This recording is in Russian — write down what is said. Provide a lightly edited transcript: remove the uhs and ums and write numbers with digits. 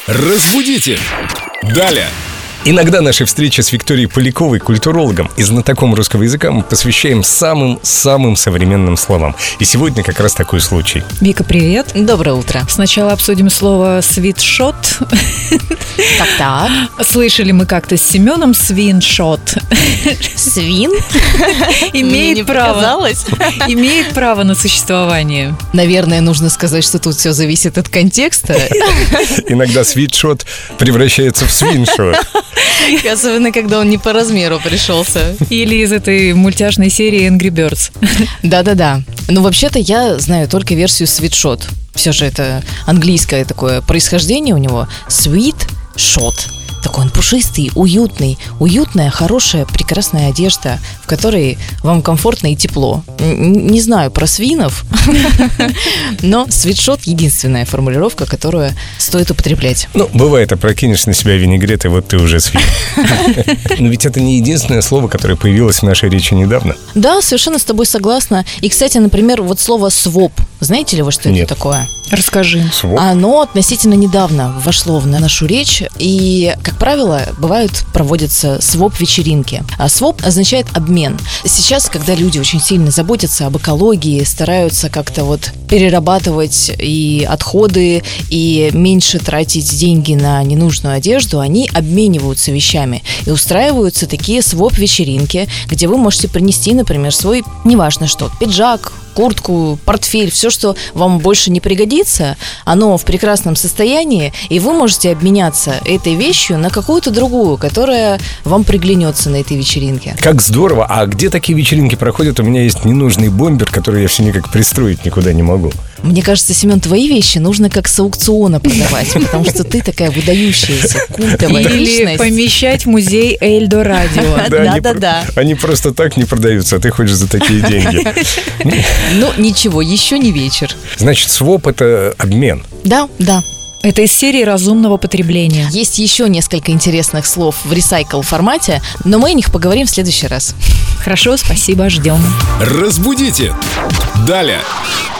Разбудите! Далее! Иногда наши встречи с Викторией Поляковой, культурологом и знатоком русского языка, мы посвящаем самым современным словам. И сегодня как раз такой случай. Вика, привет. Доброе утро. Сначала обсудим слово «свитшот». Так. Слышали мы как-то с Семеном «свиншот». Свин? Имеет право на существование. Наверное, нужно сказать, что тут все зависит от контекста. Иногда свитшот превращается в свиншот. Особенно, когда он не по размеру пришелся. Или из этой мультяшной серии Angry Birds. Да. Ну, вообще-то я знаю только версию свитшот. Все же это английское такое происхождение у него. Свитшот. Такой он пушистый, уютный. Уютная, хорошая, прекрасная одежда, в которой вам комфортно и тепло. Не знаю про свинов, но свитшот — единственная формулировка, которую стоит употреблять. Ну, бывает, опрокинешь на себя винегрет, и вот ты уже свин. Но ведь это не единственное слово, которое появилось в нашей речи недавно. Да, совершенно с тобой согласна. И, кстати, например, вот слово «своп». Знаете ли вы, что Нет. это такое? Расскажи. Оно относительно недавно вошло в нашу речь, и, как правило, проводятся своп-вечеринки. А своп означает обмен. Сейчас, когда люди очень сильно заботятся об экологии, стараются как-то вот перерабатывать и отходы, и меньше тратить деньги на ненужную одежду, они обмениваются вещами и устраиваются такие своп-вечеринки, где вы можете принести, например, свой, неважно что, пиджак, куртку, портфель, все, что вам больше не пригодится, оно в прекрасном состоянии, и вы можете обменяться этой вещью на какую-то другую, которая вам приглянется на этой вечеринке. Как здорово! А где такие вечеринки проходят? У меня есть ненужный бомбер, который я все никак пристроить никуда не могу. Мне кажется, Семен, твои вещи нужно как с аукциона продавать, потому что ты такая выдающаяся, культовая Или личность. помещать в музей Эльдо Радио. Да. Они просто так не продаются, а ты хочешь за такие деньги. Ну, ничего, еще не вечер. Значит, своп — это обмен. Да. Это из серии разумного потребления. Есть еще несколько интересных слов в ресайкл формате, но мы о них поговорим в следующий раз. Хорошо, спасибо, ждем. Разбудите! Далее!